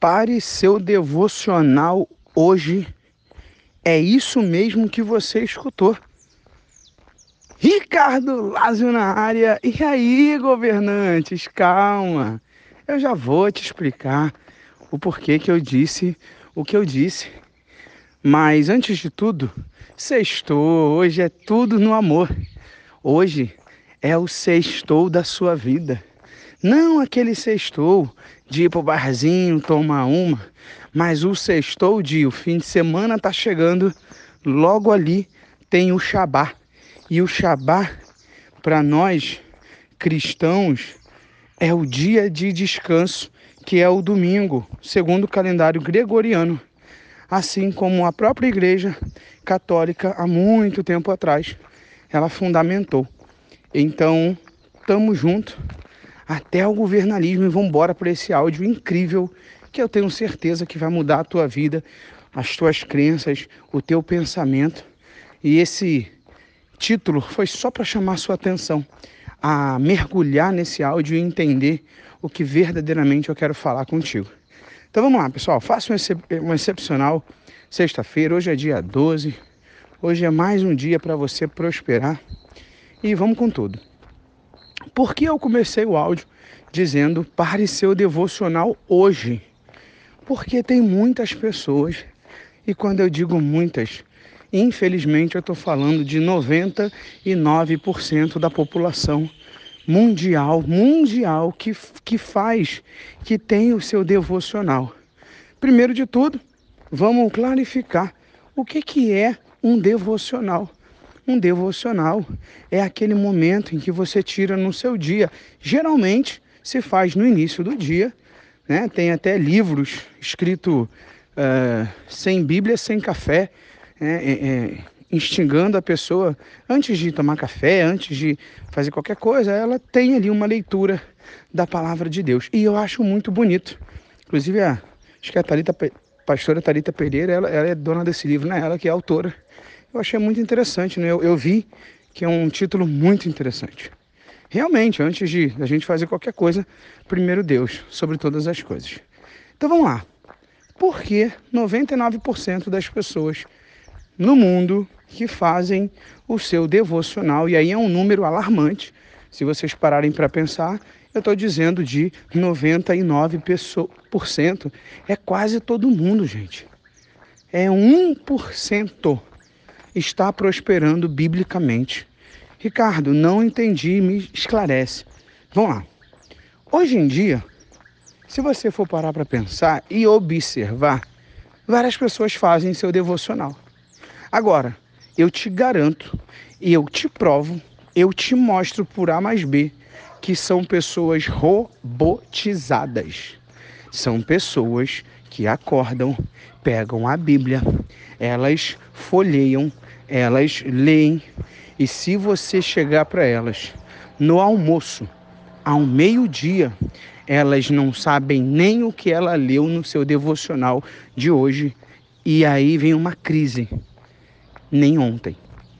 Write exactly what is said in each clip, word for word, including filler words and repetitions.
Pare seu devocional hoje. É isso mesmo que você escutou. Ricardo Lázio na área. E aí, governantes, calma. Eu já vou te explicar o porquê que eu disse o que eu disse. Mas antes de tudo, sextou. Hoje é tudo no amor. Hoje é o sextou da sua vida. Não aquele sextou de ir pro barzinho, tomar uma, mas o sextou de o fim de semana tá chegando, logo ali tem o Shabá. E o Shabá, para nós cristãos, é o dia de descanso, que é o domingo, segundo o calendário gregoriano. Assim como a própria Igreja Católica, há muito tempo atrás, ela fundamentou. Então, estamos juntos até o governalismo e vamos embora para esse áudio incrível que eu tenho certeza que vai mudar a tua vida, as tuas crenças, o teu pensamento. E esse título foi só para chamar a sua atenção, a mergulhar nesse áudio e entender o que verdadeiramente eu quero falar contigo. Então vamos lá, pessoal, faça um, excep- um excepcional sexta-feira, hoje é dia doze, hoje é mais um dia para você prosperar e vamos com tudo. Por que eu comecei o áudio dizendo pare seu devocional hoje? Porque tem muitas pessoas, e quando eu digo muitas, infelizmente eu estou falando de noventa e nove por cento da população mundial, mundial que, que faz, que tem o seu devocional. Primeiro de tudo, vamos clarificar o que, que é um devocional. Um devocional é aquele momento em que você tira no seu dia. Geralmente se faz no início do dia, né? Tem até livros escritos uh, sem Bíblia, sem café, né? é, é, instigando a pessoa, antes de tomar café, antes de fazer qualquer coisa, ela tem ali uma leitura da palavra de Deus. E eu acho muito bonito. Inclusive, a, acho que a Thalita, pastora Thalita Pereira, ela, ela é dona desse livro, né? Ela que é autora. Eu achei muito interessante, né? Eu, eu vi que é um título muito interessante. Realmente, antes de a gente fazer qualquer coisa, primeiro Deus, sobre todas as coisas. Então vamos lá. Por que noventa e nove por cento das pessoas no mundo que fazem o seu devocional, e aí é um número alarmante, se vocês pararem para pensar, eu estou dizendo de noventa e nove por cento, é quase todo mundo, gente. É um por cento. Está prosperando biblicamente. Ricardo, não entendi, me esclarece. Vamos lá. Hoje em dia, se você for parar para pensar e observar, várias pessoas fazem seu devocional. Agora, eu te garanto, eu te provo, eu te mostro por A mais B, que são pessoas robotizadas. São pessoas que acordam, pegam a Bíblia, elas folheiam, elas leem, e se você chegar para elas no almoço, ao meio-dia, elas não sabem nem o que ela leu no seu devocional de hoje, e aí vem uma crise, nem ontem.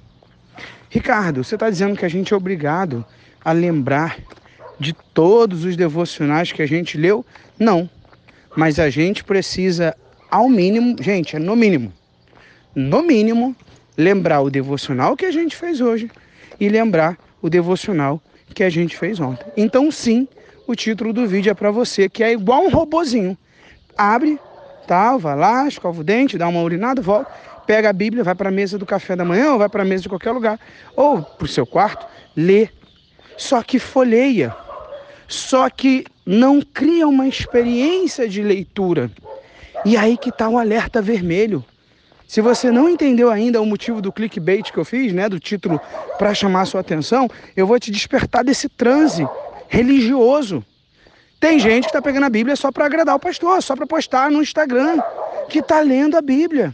Ricardo, você está dizendo que a gente é obrigado a lembrar de todos os devocionais que a gente leu? Não, mas a gente precisa, ao mínimo, gente, é no mínimo, no mínimo, lembrar o devocional que a gente fez hoje e lembrar o devocional que a gente fez ontem. Então, sim, o título do vídeo é para você, que é igual um robozinho. Abre, tá, vai lá, escova o dente, dá uma urinada, volta, pega a Bíblia, vai para a mesa do café da manhã ou vai para a mesa de qualquer lugar, ou para o seu quarto, lê. Só que folheia. Só que não cria uma experiência de leitura. E aí que está o alerta vermelho. Se você não entendeu ainda o motivo do clickbait que eu fiz, né, do título para chamar a sua atenção, eu vou te despertar desse transe religioso. Tem gente que está pegando a Bíblia só para agradar o pastor, só para postar no Instagram, que está lendo a Bíblia.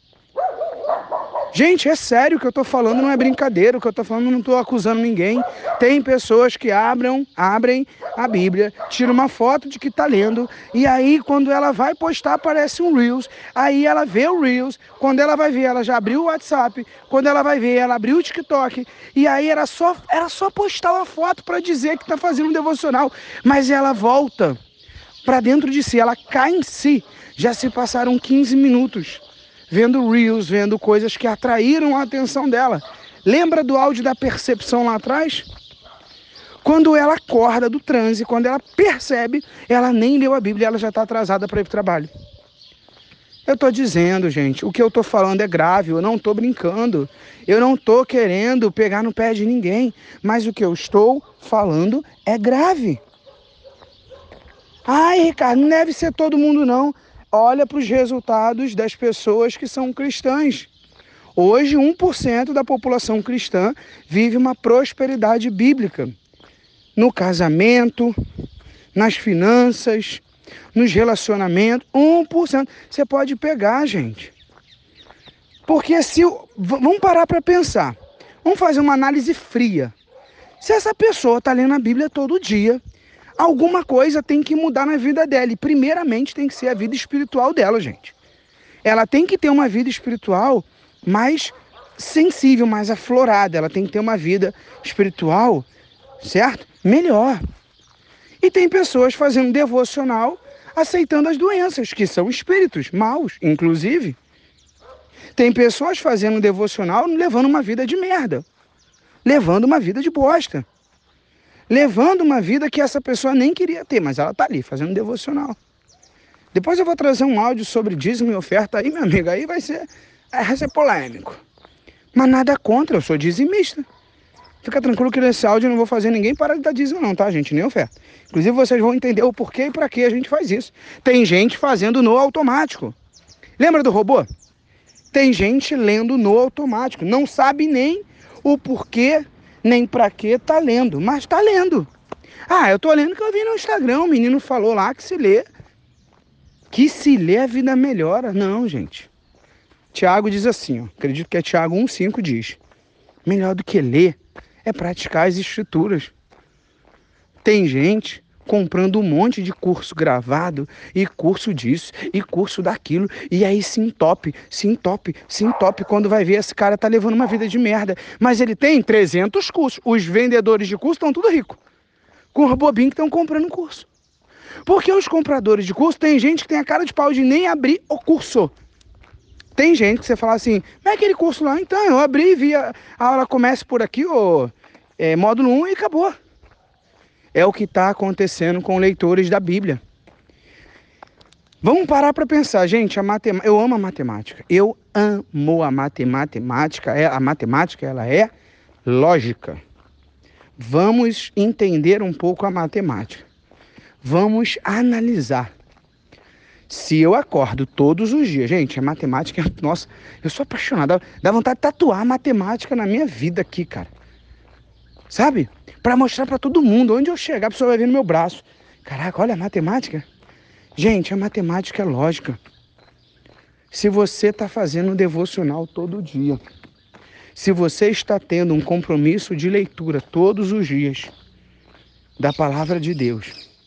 Gente, é sério o que eu estou falando, não é brincadeira, o que eu estou falando não estou acusando ninguém. Tem pessoas que abram, abrem a Bíblia, tiram uma foto de que está lendo, e aí quando ela vai postar aparece um Reels, aí ela vê o Reels, quando ela vai ver, ela já abriu o WhatsApp, quando ela vai ver, ela abriu o TikTok, e aí era só, era só postar uma foto para dizer que está fazendo um devocional, mas ela volta para dentro de si, ela cai em si. Já se passaram quinze minutos vendo reels, vendo coisas que atraíram a atenção dela. Lembra do áudio da percepção lá atrás? Quando ela acorda do transe, quando ela percebe, ela nem leu a Bíblia, ela já está atrasada para ir para o trabalho. Eu estou dizendo, gente, o que eu estou falando é grave, eu não estou brincando. Eu não estou querendo pegar no pé de ninguém, mas o que eu estou falando é grave. Ai, Ricardo, não deve ser todo mundo não. Olha para os resultados das pessoas que são cristãs. Hoje, um por cento da população cristã vive uma prosperidade bíblica. No casamento, nas finanças, nos relacionamentos, um por cento. Você pode pegar, gente. Porque se... Vamos parar para pensar. Vamos fazer uma análise fria. Se essa pessoa está lendo a Bíblia todo dia, alguma coisa tem que mudar na vida dela. E primeiramente tem que ser a vida espiritual dela, gente. Ela tem que ter uma vida espiritual mais sensível, mais aflorada. Ela tem que ter uma vida espiritual, certo? Melhor. E tem pessoas fazendo devocional, aceitando as doenças, que são espíritos maus, inclusive. Tem pessoas fazendo devocional, levando uma vida de merda. Levando uma vida de bosta. Levando uma vida que essa pessoa nem queria ter, mas ela está ali, fazendo devocional. Depois eu vou trazer um áudio sobre dízimo e oferta aí, meu amigo, aí vai ser, vai ser polêmico. Mas nada contra, eu sou dizimista. Fica tranquilo que nesse áudio eu não vou fazer ninguém parar de dar dízimo não, tá, gente? Nem oferta. Inclusive vocês vão entender o porquê e para que a gente faz isso. Tem gente fazendo no automático. Lembra do robô? Tem gente lendo no automático. Não sabe nem o porquê, nem para que tá lendo, mas tá lendo. Ah, eu tô lendo que eu vi no Instagram, o menino falou lá que se lê, que se lê a vida melhora. Não, gente. Tiago diz assim, ó, acredito que é Tiago um, cinco diz, melhor do que ler é praticar as escrituras. Tem gente comprando um monte de curso gravado, e curso disso, e curso daquilo, e aí se entope, se entope, se entope, quando vai ver esse cara tá levando uma vida de merda, mas ele tem trezentos cursos, os vendedores de curso estão tudo ricos, com os bobinhos que estão comprando curso, porque os compradores de curso, tem gente que tem a cara de pau de nem abrir o curso. Tem gente que você fala assim, mas é aquele curso lá, então eu abri e vi a, a aula começa por aqui, ó, é, módulo um e acabou. É o que está acontecendo com leitores da Bíblia. Vamos parar para pensar, gente, a matemática, eu amo a matemática, eu amo a matemática, a matemática ela é lógica. Vamos entender um pouco a matemática, vamos analisar. Se eu acordo todos os dias, gente, a matemática, nossa, eu sou apaixonado, dá vontade de tatuar a matemática na minha vida aqui, cara. Sabe? Para mostrar para todo mundo, onde eu chegar, a pessoa vai ver no meu braço. Caraca, olha a matemática. Gente, a matemática é lógica. Se você está fazendo um devocional todo dia, se você está tendo um compromisso de leitura todos os dias da palavra de Deus,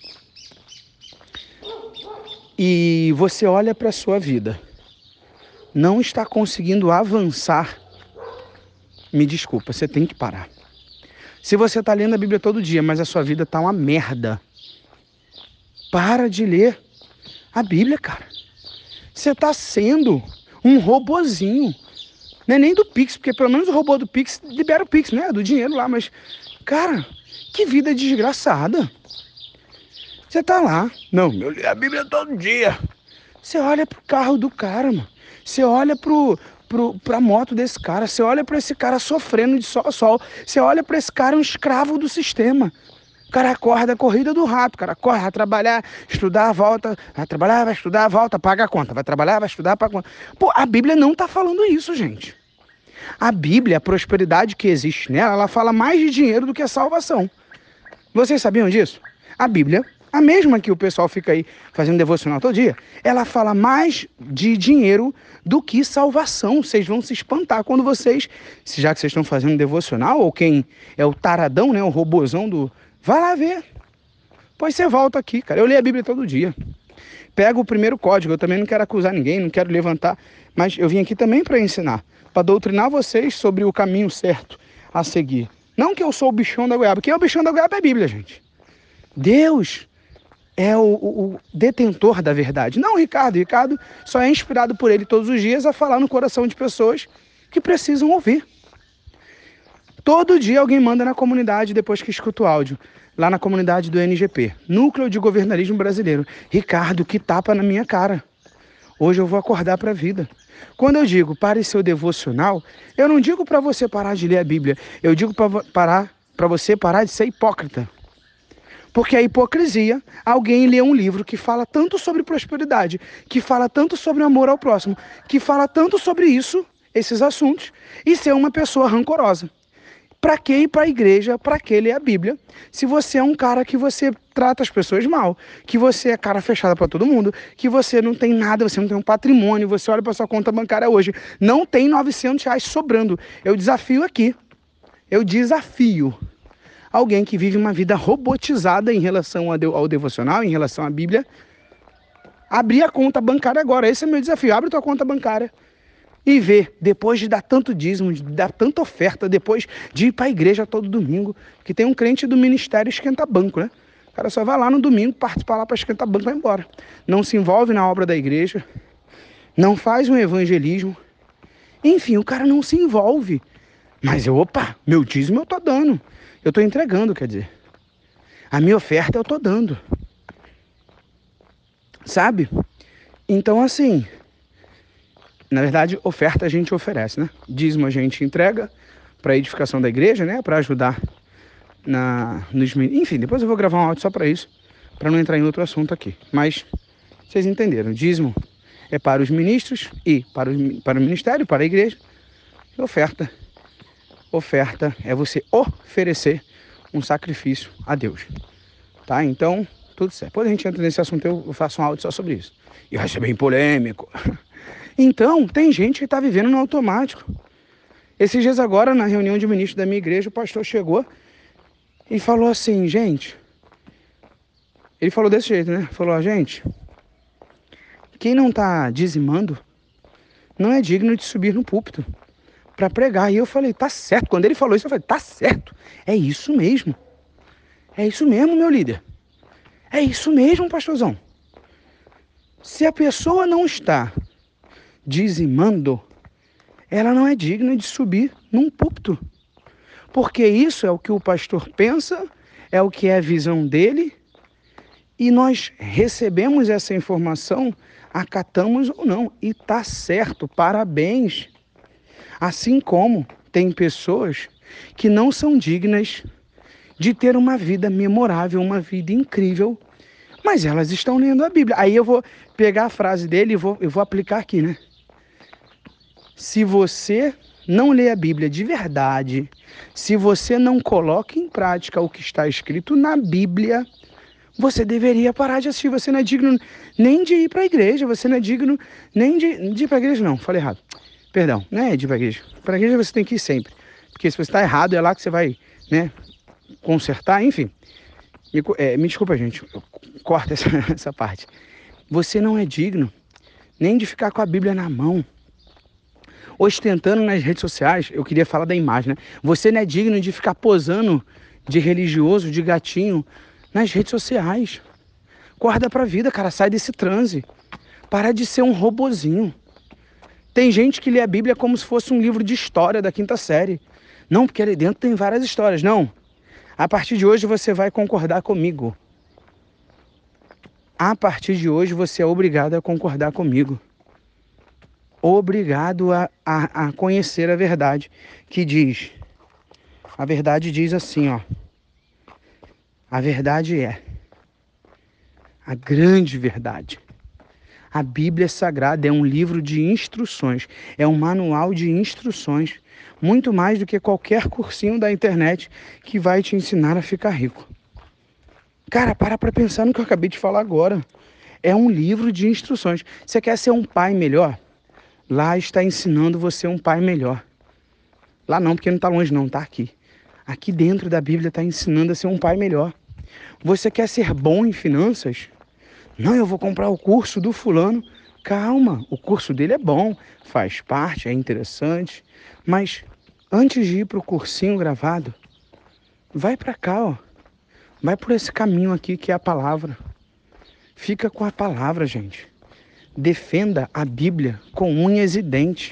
e você olha para a sua vida, não está conseguindo avançar, me desculpa, você tem que parar. Se você está lendo a Bíblia todo dia, mas a sua vida está uma merda, para de ler a Bíblia, cara. Você está sendo um robozinho. Não é nem do Pix, porque pelo menos o robô do Pix libera o Pix, né? Do dinheiro lá, mas, cara, que vida desgraçada. Você tá lá, não, eu li a Bíblia todo dia. Você olha pro carro do cara, mano. Você olha pro... Pro, pra moto desse cara, você olha pra esse cara sofrendo de sol a sol, você olha pra esse cara um escravo do sistema. O cara acorda a corrida do rato, o cara corre, vai trabalhar, estudar, volta, vai trabalhar, vai estudar, volta, paga a conta, vai trabalhar, vai estudar, paga a conta. Pô, a Bíblia não tá falando isso, gente. A Bíblia, a prosperidade que existe nela, ela fala mais de dinheiro do que a salvação. Vocês sabiam disso? A Bíblia, a mesma que o pessoal fica aí fazendo devocional todo dia, ela fala mais de dinheiro do que salvação. Vocês vão se espantar quando vocês, já que vocês estão fazendo devocional, ou quem é o taradão, né, o robozão do... Vai lá ver. Pois você volta aqui, cara. Eu leio a Bíblia todo dia. Pega o primeiro código. Eu também não quero acusar ninguém, não quero levantar, mas eu vim aqui também para ensinar, para doutrinar vocês sobre o caminho certo a seguir. Não que eu sou o bichão da goiaba. Quem é o bichão da goiaba é a Bíblia, gente. Deus é o, o, o detentor da verdade. Não o Ricardo. O Ricardo só é inspirado por ele todos os dias a falar no coração de pessoas que precisam ouvir. Todo dia alguém manda na comunidade, depois que escuta o áudio, lá na comunidade do N G P, Núcleo de Governarismo Brasileiro. Ricardo, que tapa na minha cara. Hoje eu vou acordar para a vida. Quando eu digo pare seu devocional, eu não digo para você parar de ler a Bíblia. Eu digo para parar, para você parar de ser hipócrita. Porque a hipocrisia, alguém lê um livro que fala tanto sobre prosperidade, que fala tanto sobre amor ao próximo, que fala tanto sobre isso, esses assuntos, e ser uma pessoa rancorosa. Para que ir para a igreja, para que ler a Bíblia, se você é um cara que você trata as pessoas mal, que você é cara fechada para todo mundo, que você não tem nada, você não tem um patrimônio, você olha para sua conta bancária hoje, não tem novecentos reais sobrando. Eu desafio aqui, eu desafio alguém que vive uma vida robotizada em relação ao devocional, em relação à Bíblia, abrir a conta bancária agora. Esse é o meu desafio, abre tua conta bancária. E ver, depois de dar tanto dízimo, de dar tanta oferta, depois de ir para a igreja todo domingo, que tem um crente do ministério esquenta banco, né? O cara só vai lá no domingo, participar lá para esquentar banco e vai embora. Não se envolve na obra da igreja, não faz um evangelismo. Enfim, o cara não se envolve. Mas eu, opa, meu dízimo eu tô dando. Eu tô entregando, quer dizer. A minha oferta eu tô dando. Sabe? Então, assim... Na verdade, oferta a gente oferece, né? Dízimo a gente entrega para a edificação da igreja, né? Para ajudar na, nos... Enfim, depois eu vou gravar um áudio só para isso, para não entrar em outro assunto aqui. Mas vocês entenderam. Dízimo é para os ministros e para, os, para o ministério, para a igreja. E oferta. Oferta é você oferecer um sacrifício a Deus. Tá? Então, tudo certo. Depois a gente entra nesse assunto, eu faço um áudio só sobre isso. E vai ser bem polêmico. Então, tem gente que está vivendo no automático. Esses dias agora, na reunião de ministros da minha igreja, o pastor chegou e falou assim, gente... Ele falou desse jeito, né? Falou, ó, gente, quem não está dizimando não é digno de subir no púlpito para pregar. E eu falei, tá certo. Quando ele falou isso, eu falei, tá certo. É isso mesmo. É isso mesmo, meu líder. É isso mesmo, pastorzão. Se a pessoa não está... dizimando, ela não é digna de subir num púlpito. Porque isso é o que o pastor pensa, é o que é a visão dele, e nós recebemos essa informação, acatamos ou não, e tá certo, parabéns. Assim como tem pessoas que não são dignas de ter uma vida memorável, uma vida incrível, mas elas estão lendo a Bíblia. Aí eu vou pegar a frase dele e vou, eu vou aplicar aqui, né? Se você não lê a Bíblia de verdade, se você não coloca em prática o que está escrito na Bíblia, você deveria parar de assistir. Você não é digno nem de ir para a igreja, você não é digno nem de, de ir para a igreja, não, falei errado. Perdão, não é de ir para a igreja. Para a igreja você tem que ir sempre, porque se você está errado, é lá que você vai, né, consertar, enfim. Me, é, me desculpa, gente, corta essa, essa parte. Você não é digno nem de ficar com a Bíblia na mão, ostentando nas redes sociais. Eu queria falar da imagem, né? Você não é digno de ficar posando de religioso, de gatinho, nas redes sociais. Acorda pra vida, cara. Sai desse transe. Para de ser um robozinho. Tem gente que lê a Bíblia como se fosse um livro de história da quinta série. Não, porque ali dentro tem várias histórias. Não. A partir de hoje você vai concordar comigo. A partir de hoje você é obrigado a concordar comigo. Obrigado a, a, a conhecer a verdade, que diz, a verdade diz assim, ó, a verdade é, a grande verdade, a Bíblia Sagrada é um livro de instruções, é um manual de instruções, muito mais do que qualquer cursinho da internet que vai te ensinar a ficar rico. Cara, para pra pensar no que eu acabei de falar agora, é um livro de instruções. Você quer ser um pai melhor? Lá está ensinando você um pai melhor. Lá não, porque não está longe não, está aqui. Aqui dentro da Bíblia está ensinando a ser um pai melhor. Você quer ser bom em finanças? Não, eu vou comprar o curso do fulano. Calma, o curso dele é bom, faz parte, é interessante. Mas antes de ir para o cursinho gravado, vai para cá, ó. Vai por esse caminho aqui que é a palavra. Fica com a palavra, gente. Defenda a Bíblia com unhas e dentes.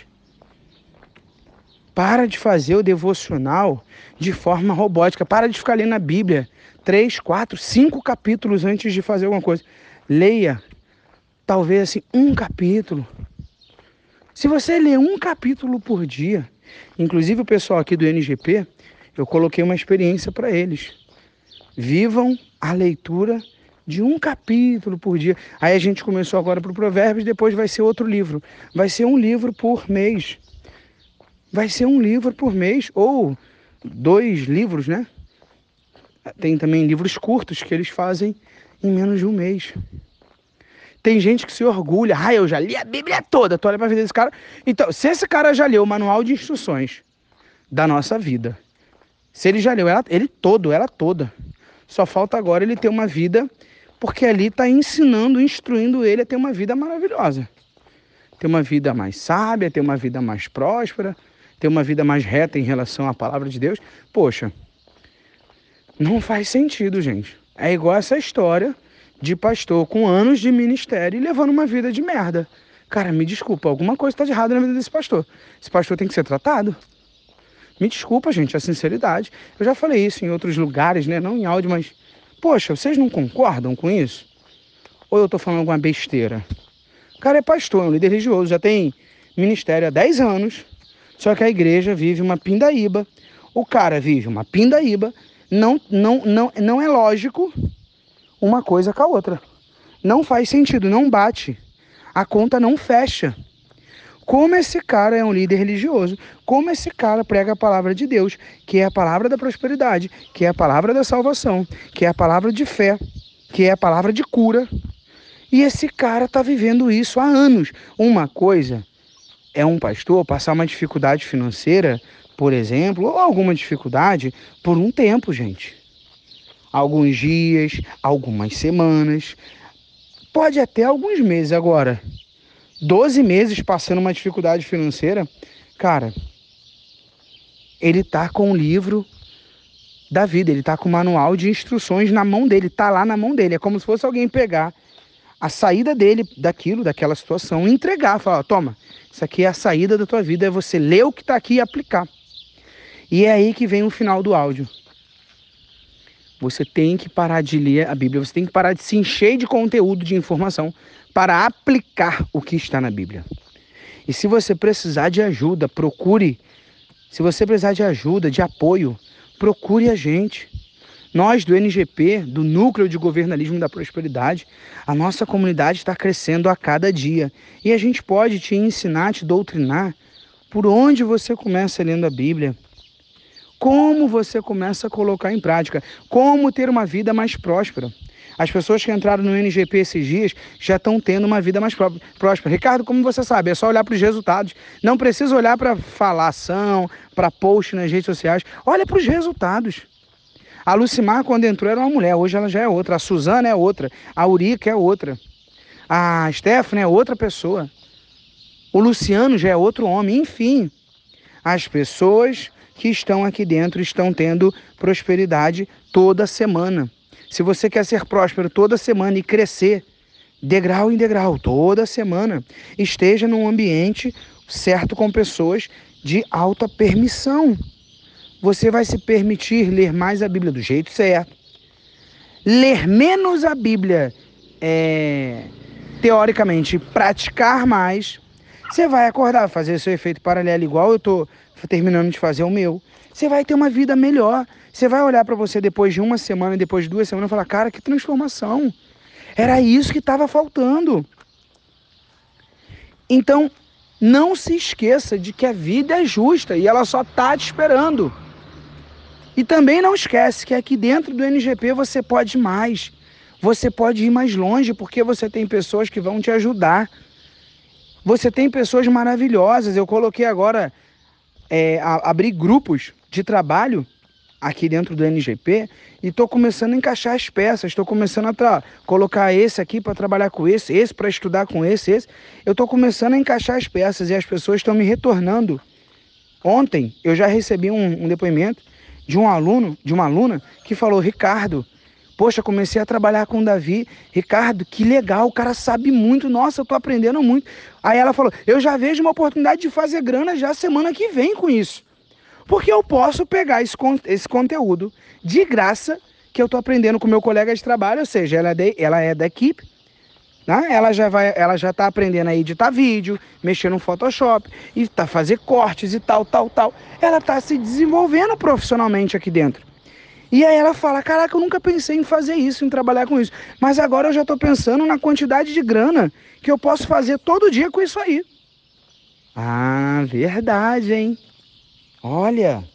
Para de fazer o devocional de forma robótica. Para de ficar lendo a Bíblia três, quatro, cinco capítulos antes de fazer alguma coisa. Leia, talvez assim, um capítulo. Se você ler um capítulo por dia, inclusive o pessoal aqui do N G P, eu coloquei uma experiência para eles. Vivam a leitura de um capítulo por dia. Aí a gente começou agora para o Provérbios, depois vai ser outro livro. Vai ser um livro por mês. Vai ser um livro por mês, ou dois livros, né? Tem também livros curtos que eles fazem em menos de um mês. Tem gente que se orgulha. Ah, eu já li a Bíblia toda. Tu olha pra vida desse cara. Então, se esse cara já leu o manual de instruções da nossa vida, se ele já leu ela, ele todo, ela toda, só falta agora ele ter uma vida, porque ali está ensinando, instruindo ele a ter uma vida maravilhosa. Ter uma vida mais sábia, ter uma vida mais próspera, ter uma vida mais reta em relação à palavra de Deus. Poxa, não faz sentido, gente. É igual essa história de pastor com anos de ministério e levando uma vida de merda. Cara, me desculpa, alguma coisa está de errado na vida desse pastor. Esse pastor tem que ser tratado. Me desculpa, gente, a sinceridade. Eu já falei isso em outros lugares, né? Não em áudio, mas... Poxa, vocês não concordam com isso? Ou eu tô falando alguma besteira? O cara é pastor, é um líder religioso, já tem ministério há dez anos, só que a igreja vive uma pindaíba. O cara vive uma pindaíba. Não, não, não, não é lógico uma coisa com a outra. Não faz sentido, não bate. A conta não fecha. Como esse cara é um líder religioso, como esse cara prega a palavra de Deus, que é a palavra da prosperidade, que é a palavra da salvação, que é a palavra de fé, que é a palavra de cura. E esse cara está vivendo isso há anos. Uma coisa é um pastor passar uma dificuldade financeira, por exemplo, ou alguma dificuldade por um tempo, gente. Alguns dias, algumas semanas, pode até alguns meses. Agora, doze meses passando uma dificuldade financeira, cara, ele tá com o livro da vida, ele tá com o manual de instruções na mão dele, tá lá na mão dele. É como se fosse alguém pegar a saída dele daquilo, daquela situação, e entregar, falar, toma, isso aqui é a saída da tua vida, é você ler o que tá aqui e aplicar. E é aí que vem o final do áudio. Você tem que parar de ler a Bíblia, você tem que parar de se encher de conteúdo, de informação, para aplicar o que está na Bíblia. E se você precisar de ajuda, procure. Se você precisar de ajuda, de apoio, procure a gente. Nós do N G P, do Núcleo de Governalismo da Prosperidade, a nossa comunidade está crescendo a cada dia. E a gente pode te ensinar, te doutrinar por onde você começa lendo a Bíblia. Como você começa a colocar em prática. Como ter uma vida mais próspera. As pessoas que entraram no N G P esses dias já estão tendo uma vida mais próspera. Ricardo, como você sabe, é só olhar para os resultados. Não precisa olhar para falação, para post nas redes sociais. Olha para os resultados. A Lucimar, quando entrou, era uma mulher. Hoje ela já é outra. A Suzana é outra. A Urica é outra. A Stephanie é outra pessoa. O Luciano já é outro homem. Enfim, as pessoas que estão aqui dentro estão tendo prosperidade toda semana. Se você quer ser próspero toda semana e crescer degrau em degrau, toda semana, esteja num ambiente certo com pessoas de alta permissão. Você vai se permitir ler mais a Bíblia do jeito certo. Ler menos a Bíblia, é, teoricamente, praticar mais. Você vai acordar, fazer seu efeito paralelo igual eu estou terminando de fazer o meu. Você vai ter uma vida melhor. Você vai olhar para você depois de uma semana, depois de duas semanas e falar, cara, que transformação. Era isso que estava faltando. Então, não se esqueça de que a vida é justa e ela só está te esperando. E também não esquece que aqui dentro do N G P você pode mais. Você pode ir mais longe porque você tem pessoas que vão te ajudar. Você tem pessoas maravilhosas. Eu coloquei agora, é, a, abrir grupos de trabalho aqui dentro do N G P e estou começando a encaixar as peças. Estou começando a tra- colocar esse aqui para trabalhar com esse, esse para estudar com esse, esse. Eu estou começando a encaixar as peças e as pessoas estão me retornando. Ontem eu já recebi um, um depoimento de um aluno, de uma aluna que falou, Ricardo, Poxa, comecei a trabalhar com o Davi. Ricardo, que legal, o cara sabe muito. Nossa, eu tô aprendendo muito. Aí ela falou, eu já vejo uma oportunidade de fazer grana já semana que vem com isso. Porque eu posso pegar esse, esse conteúdo de graça que eu tô aprendendo com o meu colega de trabalho, ou seja, ela é, de, ela é da equipe, né? Ela já vai, ela já tá aprendendo a editar vídeo, mexer no Photoshop, e tá fazer cortes e tal, tal, tal. Ela tá se desenvolvendo profissionalmente aqui dentro. E aí ela fala, caraca, eu nunca pensei em fazer isso, em trabalhar com isso. Mas agora eu já tô pensando na quantidade de grana que eu posso fazer todo dia com isso aí. Ah, verdade, hein? Olha,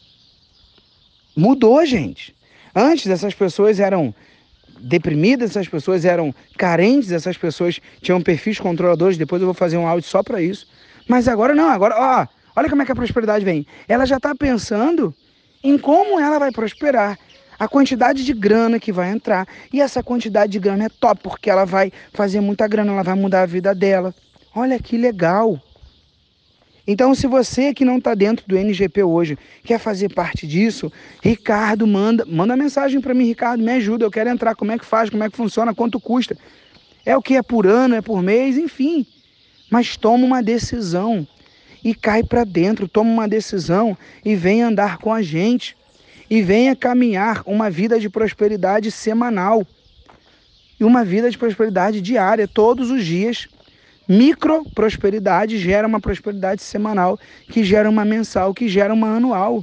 mudou, gente. Antes essas pessoas eram deprimidas, essas pessoas eram carentes, essas pessoas tinham perfis controladores. Depois eu vou fazer um áudio só para isso. Mas agora não, agora, ó, olha como é que a prosperidade vem. Ela já está pensando em como ela vai prosperar, a quantidade de grana que vai entrar. E essa quantidade de grana é top, porque ela vai fazer muita grana, ela vai mudar a vida dela. Olha que legal. Então, se você que não está dentro do N G P hoje quer fazer parte disso, Ricardo, manda, manda mensagem para mim, Ricardo, me ajuda, eu quero entrar, como é que faz, como é que funciona, quanto custa. É o que é por ano, é por mês, enfim. Mas toma uma decisão e cai para dentro, toma uma decisão e vem andar com a gente. E venha caminhar uma vida de prosperidade semanal e uma vida de prosperidade diária, todos os dias. Micro prosperidade gera uma prosperidade semanal, que gera uma mensal, que gera uma anual.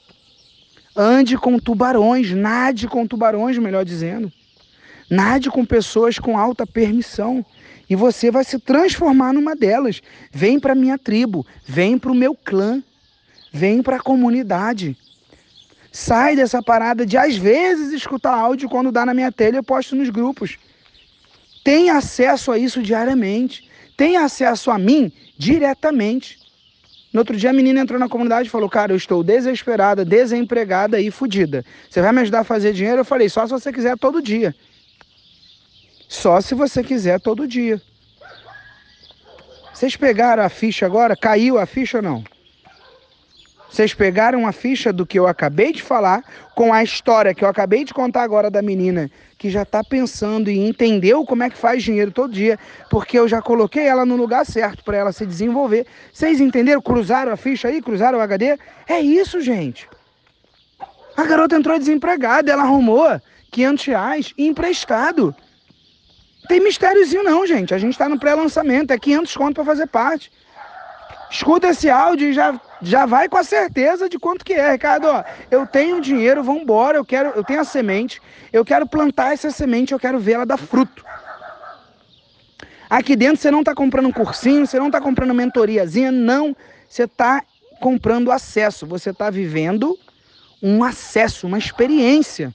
Ande com tubarões, nade com tubarões, melhor dizendo. Nade com pessoas com alta permissão. E você vai se transformar numa delas. Vem para a minha tribo, vem para o meu clã, vem para a comunidade. Sai dessa parada de, às vezes, escutar áudio quando dá na minha telha, eu posto nos grupos. Tem acesso a isso diariamente. Tem acesso a mim diretamente. No outro dia a menina entrou na comunidade e falou, cara, eu estou desesperada, desempregada e fodida. Você vai me ajudar a fazer dinheiro? Eu falei, só se você quiser todo dia. Só se você quiser todo dia. Vocês pegaram a ficha agora? Caiu a ficha ou não? Vocês pegaram a ficha do que eu acabei de falar com a história que eu acabei de contar agora da menina que já está pensando e entendeu como é que faz dinheiro todo dia, porque eu já coloquei ela no lugar certo para ela se desenvolver. Vocês entenderam? Cruzaram a ficha aí? Cruzaram o H D? É isso, gente. A garota entrou desempregada, ela arrumou quinhentos reais emprestado. Não tem mistériozinho não, gente. A gente está no pré-lançamento, é quinhentos conto para fazer parte. Escuta esse áudio e já, já vai com a certeza de quanto que é, Ricardo. Ó, eu tenho dinheiro, vamos embora, eu, quero, eu tenho a semente, eu quero plantar essa semente, eu quero ver ela dar fruto. Aqui dentro você não está comprando um cursinho, você não está comprando mentoriazinha, não. Você está comprando acesso, você está vivendo um acesso, uma experiência.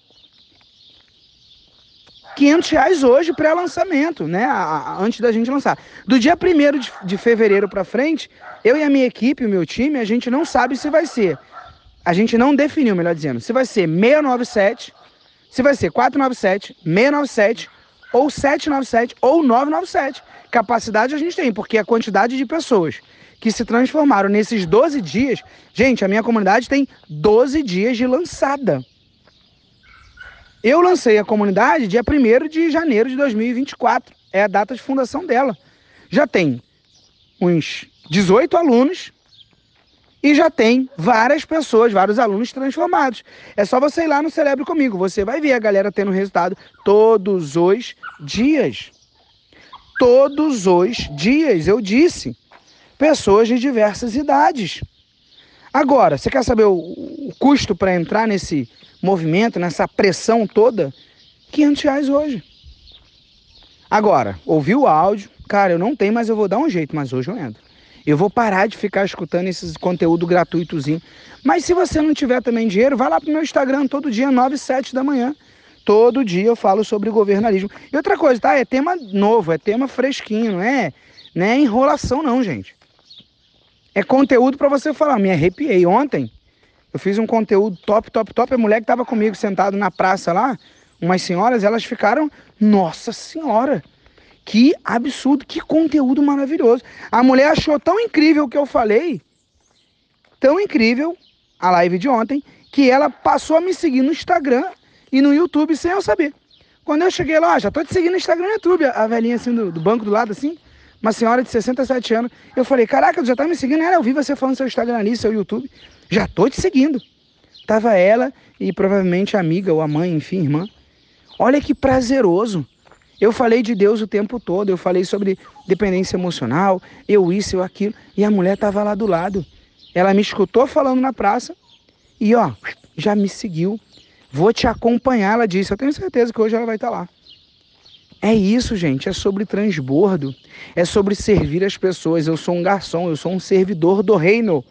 quinhentos reais hoje, pré-lançamento, né? A, a, antes da gente lançar. Do dia primeiro de, de fevereiro para frente, eu e a minha equipe, o meu time, a gente não sabe se vai ser. A gente não definiu, melhor dizendo, se vai ser seiscentos e noventa e sete, se vai ser quatrocentos e noventa e sete, seiscentos e noventa e sete, ou setecentos e noventa e sete, ou novecentos e noventa e sete. Capacidade a gente tem, porque a quantidade de pessoas que se transformaram nesses doze dias... Gente, a minha comunidade tem doze dias de lançada. Eu lancei a comunidade dia primeiro de janeiro de dois mil e vinte e quatro. É a data de fundação dela. Já tem uns dezoito alunos e já tem várias pessoas, vários alunos transformados. É só você ir lá no Celebre Comigo. Você vai ver a galera tendo resultado todos os dias. Todos os dias, eu disse. Pessoas de diversas idades. Agora, você quer saber o, o custo para entrar nesse movimento, nessa pressão toda? quinhentos reais hoje. Agora, ouviu o áudio, cara, eu não tenho, mas eu vou dar um jeito, mas hoje eu entro. Eu vou parar de ficar escutando esses conteúdo gratuitozinho. Mas se você não tiver também dinheiro, vai lá pro meu Instagram, todo dia, nove e sete da manhã. Todo dia eu falo sobre governalismo. E outra coisa, tá? É tema novo, é tema fresquinho, não é, não é enrolação não, gente. É conteúdo para você falar. Me arrepiei. Ontem eu fiz um conteúdo top, top, top. A mulher que estava comigo sentado na praça lá, umas senhoras, elas ficaram, nossa senhora, que absurdo, que conteúdo maravilhoso. A mulher achou tão incrível o que eu falei, tão incrível, a live de ontem, que ela passou a me seguir no Instagram e no YouTube sem eu saber. Quando eu cheguei lá, ó, já tô te seguindo no Instagram e YouTube, a velhinha assim do, do banco do lado assim, uma senhora de sessenta e sete anos. Eu falei, caraca, tu já tá me seguindo? Ela, eu vi você falando no seu Instagram ali, seu YouTube. Já tô te seguindo. Tava ela e provavelmente a amiga ou a mãe, enfim, irmã. Olha que prazeroso. Eu falei de Deus o tempo todo, eu falei sobre dependência emocional, eu isso, eu aquilo, e a mulher tava lá do lado. Ela me escutou falando na praça e ó, já me seguiu. Vou te acompanhar, ela disse. Eu tenho certeza que hoje ela vai estar lá. É isso, gente, é sobre transbordo, é sobre servir as pessoas. Eu sou um garçom, eu sou um servidor do reino.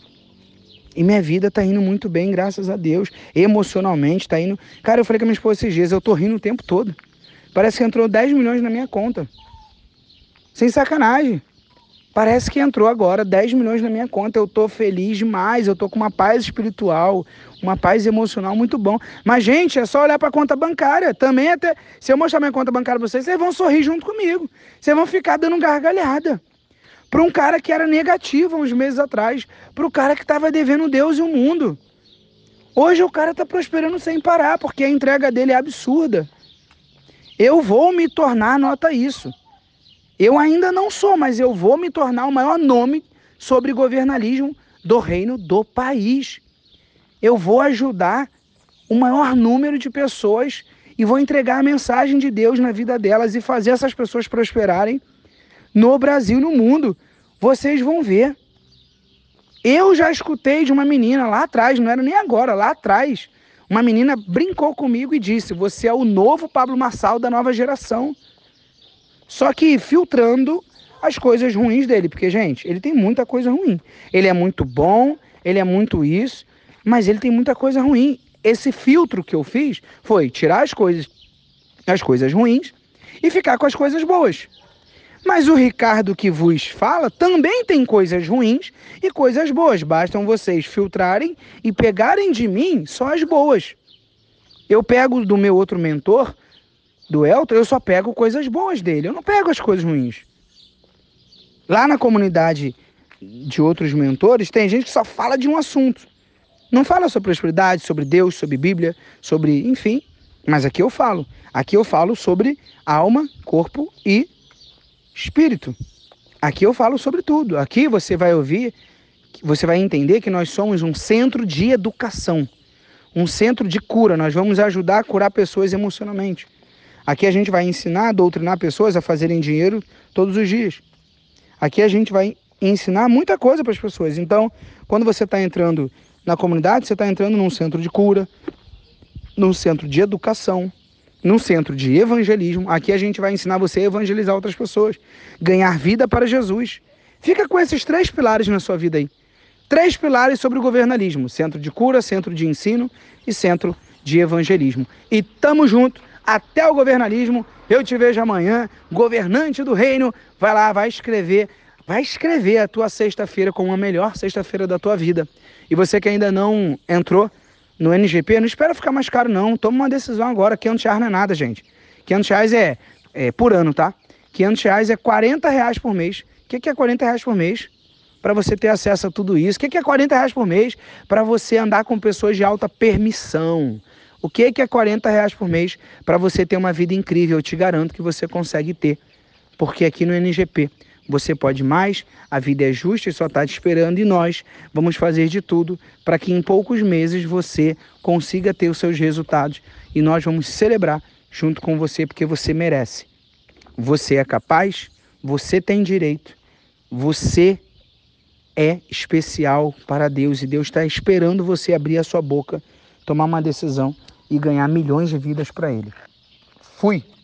E minha vida tá indo muito bem, graças a Deus. Emocionalmente tá indo... Cara, eu falei com a minha esposa esses dias, eu tô rindo o tempo todo. Parece que entrou dez milhões na minha conta. Sem sacanagem. Parece que entrou agora dez milhões na minha conta. Eu tô feliz demais, eu tô com uma paz espiritual, uma paz emocional muito bom. Mas, gente, é só olhar pra conta bancária. Também até... Se eu mostrar minha conta bancária pra vocês, vocês vão sorrir junto comigo. Vocês vão ficar dando gargalhada. Para um cara que era negativo há uns meses atrás, para o cara que estava devendo Deus e o mundo. Hoje o cara está prosperando sem parar, porque a entrega dele é absurda. Eu vou me tornar, nota isso. Eu ainda não sou, mas eu vou me tornar o maior nome sobre governalismo do reino do país. Eu vou ajudar o maior número de pessoas e vou entregar a mensagem de Deus na vida delas e fazer essas pessoas prosperarem no Brasil e no mundo. Vocês vão ver. Eu já escutei de uma menina lá atrás, não era nem agora, lá atrás. Uma menina brincou comigo e disse, você é o novo Pablo Marçal da nova geração. Só que filtrando as coisas ruins dele, porque, gente, ele tem muita coisa ruim. Ele é muito bom, ele é muito isso, mas ele tem muita coisa ruim. Esse filtro que eu fiz foi tirar as coisas, as coisas ruins e ficar com as coisas boas. Mas o Ricardo que vos fala também tem coisas ruins e coisas boas. Bastam vocês filtrarem e pegarem de mim só as boas. Eu pego do meu outro mentor, do Elton, eu só pego coisas boas dele. Eu não pego as coisas ruins. Lá na comunidade de outros mentores, tem gente que só fala de um assunto. Não fala sobre prosperidade, sobre Deus, sobre Bíblia, sobre, enfim. Mas aqui eu falo. Aqui eu falo sobre alma, corpo e espírito. Aqui eu falo sobre tudo. Aqui você vai ouvir, você vai entender que nós somos um centro de educação, um centro de cura. Nós vamos ajudar a curar pessoas emocionalmente. Aqui a gente vai ensinar, doutrinar pessoas a fazerem dinheiro todos os dias. Aqui a gente vai ensinar muita coisa para as pessoas. Então, quando você está entrando na comunidade, você está entrando num centro de cura, num centro de educação, num centro de evangelismo. Aqui a gente vai ensinar você a evangelizar outras pessoas, ganhar vida para Jesus. Fica com esses três pilares na sua vida aí. Três pilares sobre o governalismo: centro de cura, centro de ensino e centro de evangelismo. E tamo junto, até o governalismo. Eu te vejo amanhã, governante do reino. Vai lá, vai escrever, vai escrever a tua sexta-feira como a melhor sexta-feira da tua vida. E você que ainda não entrou no N G P, não espera ficar mais caro não, toma uma decisão agora. quinhentos reais não é nada, gente. quinhentos reais é, é por ano, tá? quinhentos reais é quarenta reais por mês. O que, que é quarenta reais por mês? Para você ter acesso a tudo isso. O que, que é quarenta reais por mês? Para você andar com pessoas de alta permissão. O que, que é quarenta reais por mês? Para você ter uma vida incrível. Eu te garanto que você consegue ter. Porque aqui no N G P você pode mais, a vida é justa e só está te esperando, e nós vamos fazer de tudo para que em poucos meses você consiga ter os seus resultados, e nós vamos celebrar junto com você, porque você merece. Você é capaz, você tem direito, você é especial para Deus, e Deus está esperando você abrir a sua boca, tomar uma decisão e ganhar milhões de vidas para Ele. Fui!